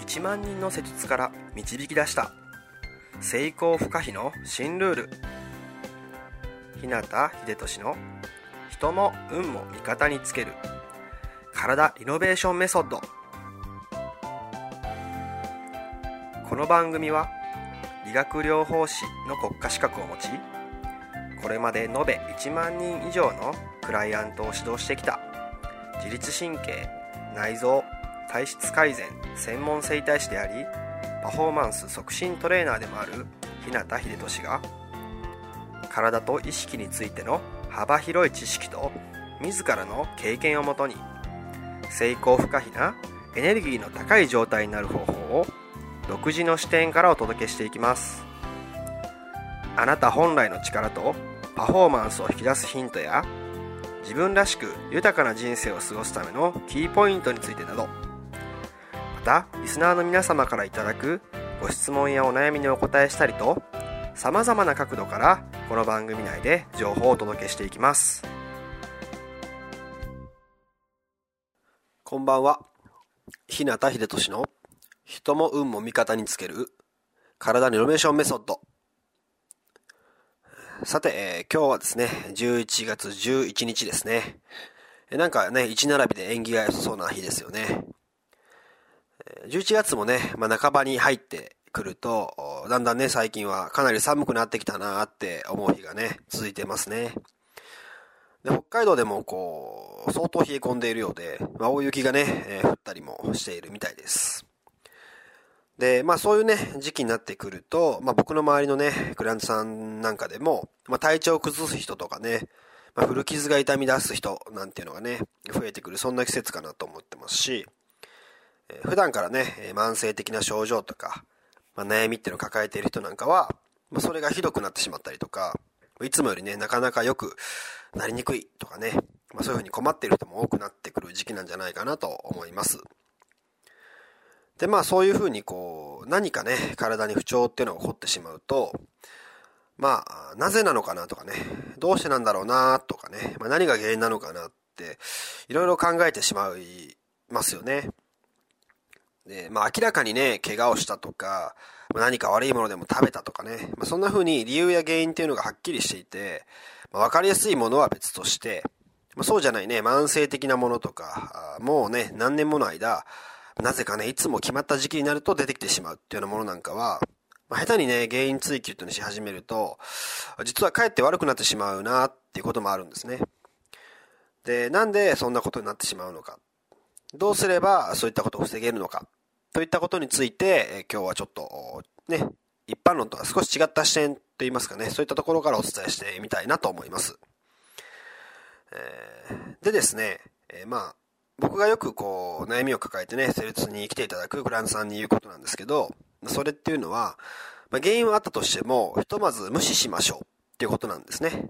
1万人の施術から導き出した成功不可避の新ルール。日向秀俊の人も運も味方につける体リノベーションメソッド。この番組は理学療法士の国家資格を持ち、これまで延べ1万人以上のクライアントを指導してきた自律神経、内臓、体質改善専門整体師であり、パフォーマンス促進トレーナーでもある日向秀俊が、体と意識についての幅広い知識と自らの経験をもとに、成功不可避なエネルギーの高い状態になる方法を独自の視点からお届けしていきます。あなた本来の力とパフォーマンスを引き出すヒントや、自分らしく豊かな人生を過ごすためのキーポイントについてなど、またリスナーの皆様からいただくご質問やお悩みにお答えしたりと、さまざまな角度からこの番組内で情報をお届けしていきます。こんばんは。日向秀俊の人も運も味方につける体リノベーションメソッド。さて、今日はですね、11月11日ですね。なんかね、一並びで縁起が良さそうな日ですよね。11月もね、半ばに入ってくると、だんだんね、最近はかなり寒くなってきたなって思う日がね、続いてますね。で、北海道でも相当冷え込んでいるようで、大雪がね、降ったりもしているみたいです。で、そういうね、時期になってくると、僕の周りのね、クライアントさんなんかでも、体調を崩す人とかね、古傷が痛み出す人なんていうのがね、増えてくる、そんな季節かなと思ってますし、普段からね、慢性的な症状とか、悩みっていうのを抱えている人なんかは、それがひどくなってしまったりとか、いつもよりね、なかなか良くなりにくいとかね、そういうふうに困っている人も多くなってくる時期なんじゃないかなと思います。で、そういうふうに何かね、体に不調っていうのが起こってしまうと、なぜなのかなとかね、どうしてなんだろうなとかね、何が原因なのかなって、いろいろ考えてしまいますよね。で、明らかにね、怪我をしたとか、何か悪いものでも食べたとかね、そんな風に理由や原因っていうのがはっきりしていて、わかりやすいものは別として、そうじゃないね、慢性的なものとか、もうね、何年もの間、なぜかね、いつも決まった時期になると出てきてしまうっていうようなものなんかは、下手にね、原因追求っていうのをし始めると、実はかえって悪くなってしまうなっていうこともあるんですね。で、なんでそんなことになってしまうのか。どうすればそういったことを防げるのか。といったことについて、今日はちょっとね、一般論とは少し違った視点といいますかね、そういったところからお伝えしてみたいなと思います。でですね、僕がよく悩みを抱えてね、施術に来ていただくクライアントさんに言うことなんですけど、それっていうのは、原因はあったとしても、ひとまず無視しましょうっていうことなんですね。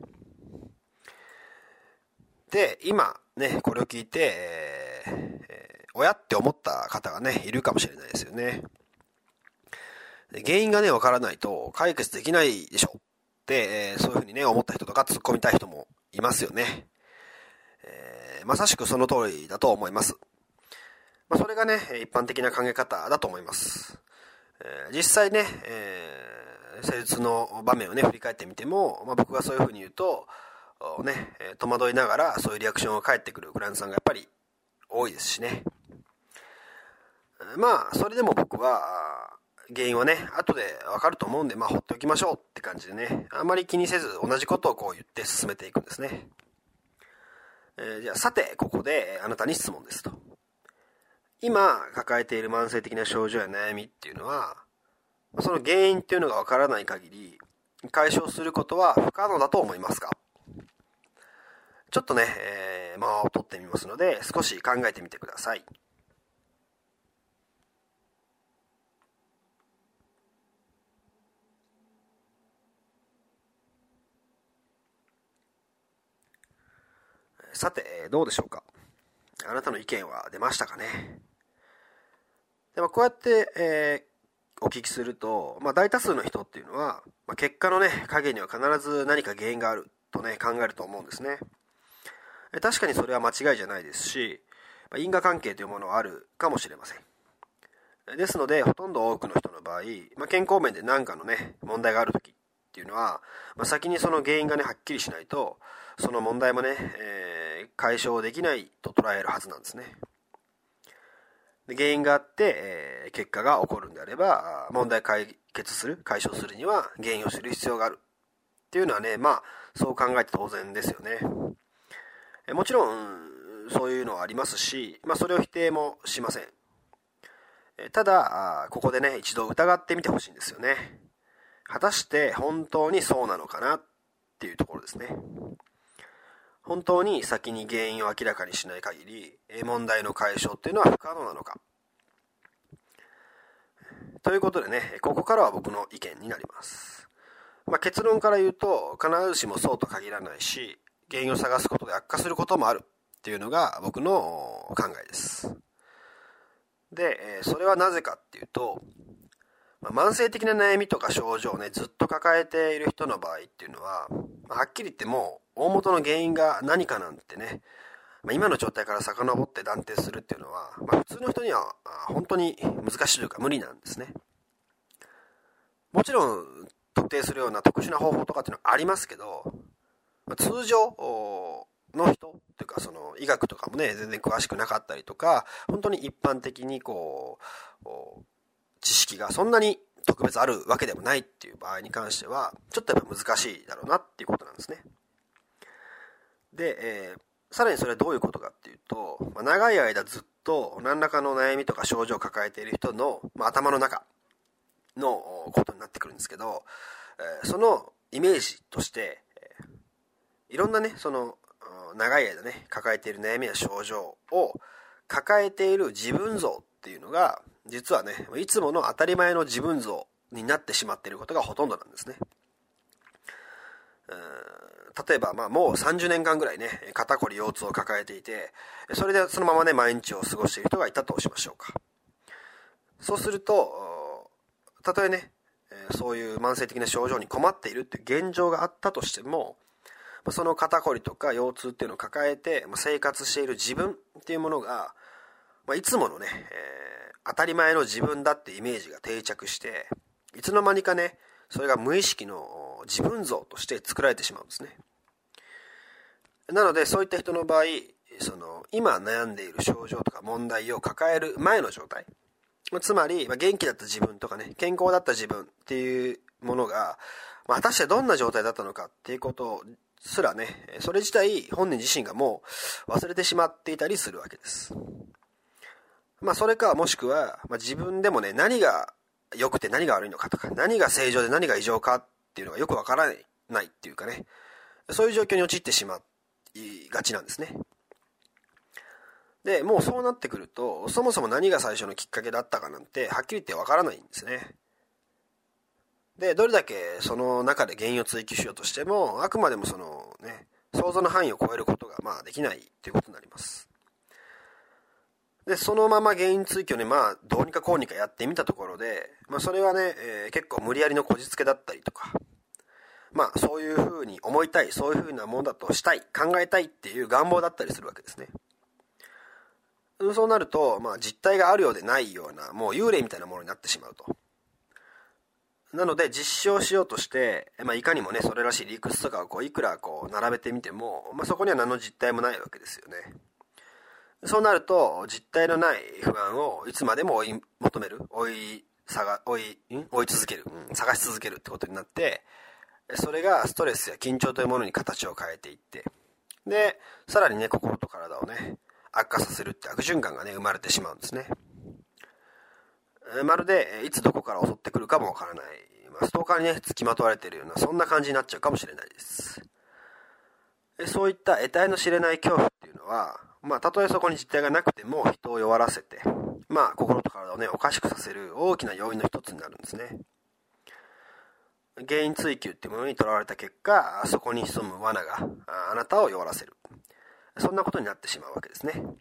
で、今ね、これを聞いて、親って思った方がね、いるかもしれないですよね。原因がね、わからないと解決できないでしょって、そういうふうにね、思った人とか突っ込みたい人もいますよね。まさしくその通りだと思います。それがね、一般的な考え方だと思います。実際ね、施術の場面をね、振り返ってみても、僕がそういうふうに言うと、ね、戸惑いながらそういうリアクションが返ってくるクライアントさんがやっぱり多いですしね。それでも僕は、原因はね、後でわかると思うんで、放っておきましょうって感じでね、あまり気にせず同じことを言って進めていくんですね。じゃあさて、ここであなたに質問ですと。今抱えている慢性的な症状や悩みっていうのは、その原因っていうのがわからない限り、解消することは不可能だと思いますか？ちょっとね、間を取ってみますので、少し考えてみてください。さて、どうでしょうか。あなたの意見は出ましたかね。でもこうやって、お聞きすると、大多数の人っていうのは、結果のね、影には必ず何か原因があるとね、考えると思うんですね。確かにそれは間違いじゃないですし、因果関係というものはあるかもしれません。 ですので、ほとんど多くの人の場合、健康面で何かのね、問題があるときっていうのは、先にその原因がね、はっきりしないと、その問題もね、解消できないと捉えるはずなんですね。で、原因があって、結果が起こるんであれば、問題解消するには原因を知る必要があるっていうのはね、そう考えて当然ですよね。もちろん、そういうのはありますし、それを否定もしません。ただ、ここでね、一度疑ってみてほしいんですよね。果たして本当にそうなのかなっていうところですね。本当に先に原因を明らかにしない限り、問題の解消っていうのは不可能なのか。ということでね、ここからは僕の意見になります。結論から言うと、必ずしもそうと限らないし、原因を探すことで悪化することもあるっていうのが僕の考えです。で、それはなぜかっていうと、慢性的な悩みとか症状をね、ずっと抱えている人の場合っていうのは、はっきり言ってもう大元の原因が何かなんてね、今の状態から遡って断定するっていうのは、普通の人には本当に難しいというか無理なんですね。もちろん特定するような特殊な方法とかっていうのはありますけど、通常の人っていうか、その医学とかもね、全然詳しくなかったりとか、本当に一般的に知識がそんなに特別あるわけでもないっていう場合に関しては、ちょっとやっぱ難しいだろうなっていうことなんですね。で、さらにそれはどういうことかっていうと、長い間ずっと何らかの悩みとか症状を抱えている人の、頭の中のことになってくるんですけど、そのイメージとして、いろんなね、その長い間ね、抱えている悩みや症状を抱えている自分像っていうのが、実はね、いつもの当たり前の自分像になってしまっていることがほとんどなんですね。例えば、もう30年間ぐらいね、肩こり腰痛を抱えていて、それでそのままね、毎日を過ごしている人がいたとしましょうか。そうすると、たとえね、そういう慢性的な症状に困っているっていう現状があったとしても、その肩こりとか腰痛っていうのを抱えて生活している自分っていうものが、いつものね、当たり前の自分だってイメージが定着して、いつの間にかね、それが無意識の自分像として作られてしまうんですね。なので、そういった人の場合、今悩んでいる症状とか問題を抱える前の状態、つまり、元気だった自分とかね、健康だった自分っていうものが、果たしてどんな状態だったのかっていうことすらね、それ自体本人自身がもう忘れてしまっていたりするわけです。それかもしくは、自分でもね、何が良くて何が悪いのかとか、何が正常で何が異常かっていうのがよくわからないっていうかね、そういう状況に陥ってしまいがちなんですね。で、もうそうなってくると、そもそも何が最初のきっかけだったかなんて、はっきり言ってわからないんですね。で、どれだけその中で原因を追求しようとしても、あくまでもそのね、想像の範囲を超えることができないということになります。で、そのまま原因追求にどうにかこうにかやってみたところで、それはね、結構無理やりのこじつけだったりとか、そういうふうに思いたい、そういうふうなものだとしたい、考えたいっていう願望だったりするわけですね。そうなると、実体があるようでないような、もう幽霊みたいなものになってしまうと。なので、実証しようとして、いかにもね、それらしい理屈とかをいくら並べてみても、そこには何の実体もないわけですよね。そうなると、実体のない不安をいつまでも追い求める、追い続ける、探し続けるってことになって、それがストレスや緊張というものに形を変えていって、で、さらにね、心と体をね、悪化させるって悪循環がね、生まれてしまうんですね。まるで、いつどこから襲ってくるかもわからない、ストーカーにね、付きまとわれているような、そんな感じになっちゃうかもしれないです。そういった得体の知れない恐怖っていうのは、たとえそこに実体がなくても人を弱らせて、心と体をね、おかしくさせる大きな要因の一つになるんですね。原因追求っていうものにとらわれた結果、そこに潜む罠があなたを弱らせる。そんなことになってしまうわけですね。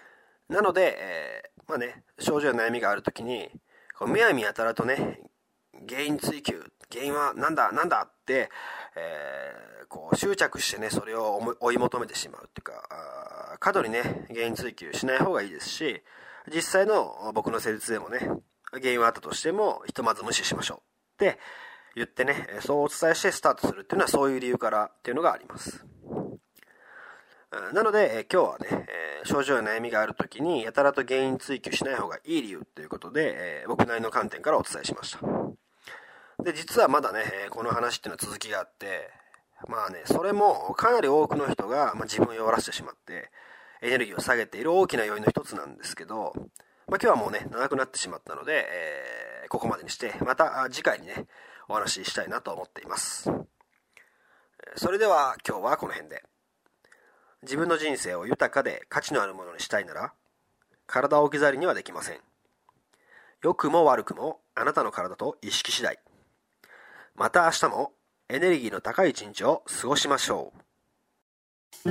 なので、症状や悩みがあるときに、むやみやたらとね、 原因追求、原因はなんだって、こう執着してね、それを追い求めてしまうっていうか、過度にね、原因追求しない方がいいですし、実際の僕の施術でもね、原因はあったとしても、ひとまず無視しましょうって言ってね、そうお伝えしてスタートするっていうのはそういう理由からっていうのがあります。なので、今日はね、症状や悩みがあるときにやたらと原因追求しない方がいい理由ということで、僕なりの観点からお伝えしました。で、実はまだね、この話っていうのは続きがあって、まあね、それもかなり多くの人が、自分を弱らせてしまってエネルギーを下げている大きな要因の一つなんですけど、今日はもうね、長くなってしまったので、ここまでにして、また次回にね、お話ししたいなと思っています。それでは今日はこの辺で。自分の人生を豊かで価値のあるものにしたいなら、体を置き去りにはできません。良くも悪くもあなたの体と意識次第。また明日もエネルギーの高い一日を過ごしましょう。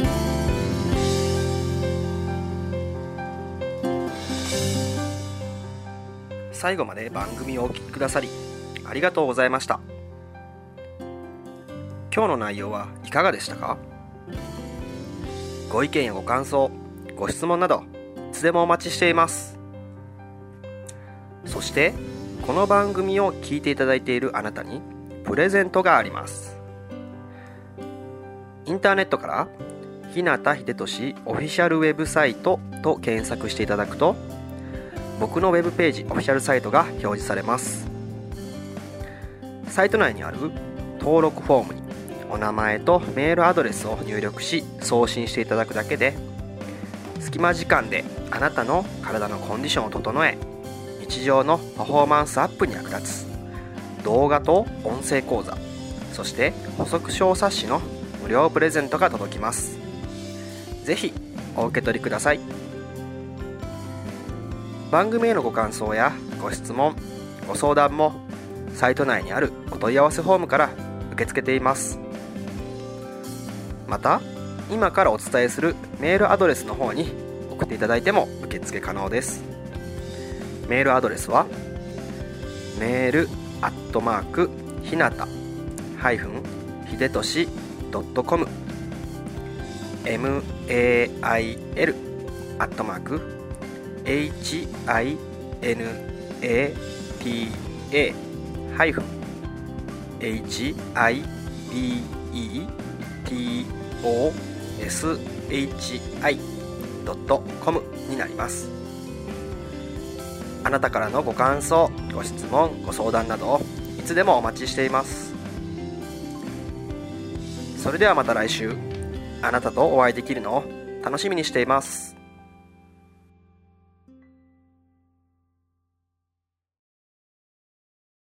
最後まで番組をお聞きくださりありがとうございました。今日の内容はいかがでしたか？ご意見やご感想、ご質問などいつでもお待ちしています。そしてこの番組を聞いていただいているあなたにプレゼントがあります。インターネットから日向秀俊オフィシャルウェブサイトと検索していただくと、僕のウェブページオフィシャルサイトが表示されます。サイト内にある登録フォームにお名前とメールアドレスを入力し送信していただくだけで、隙間時間であなたの体のコンディションを整え、日常のパフォーマンスアップに役立つ動画と音声講座、そして補足小冊子の無料プレゼントが届きます。ぜひお受け取りください。番組へのご感想やご質問、ご相談もサイト内にあるお問い合わせフォームから受け付けています。また今からお伝えするメールアドレスの方に送っていただいても受付可能です。メールアドレスはメールひなたひでとし.com mail hinata-hibetoshi.com になります。あなたからのご感想、ご質問、ご相談などいつでもお待ちしています。それではまた来週、あなたとお会いできるのを楽しみにしています。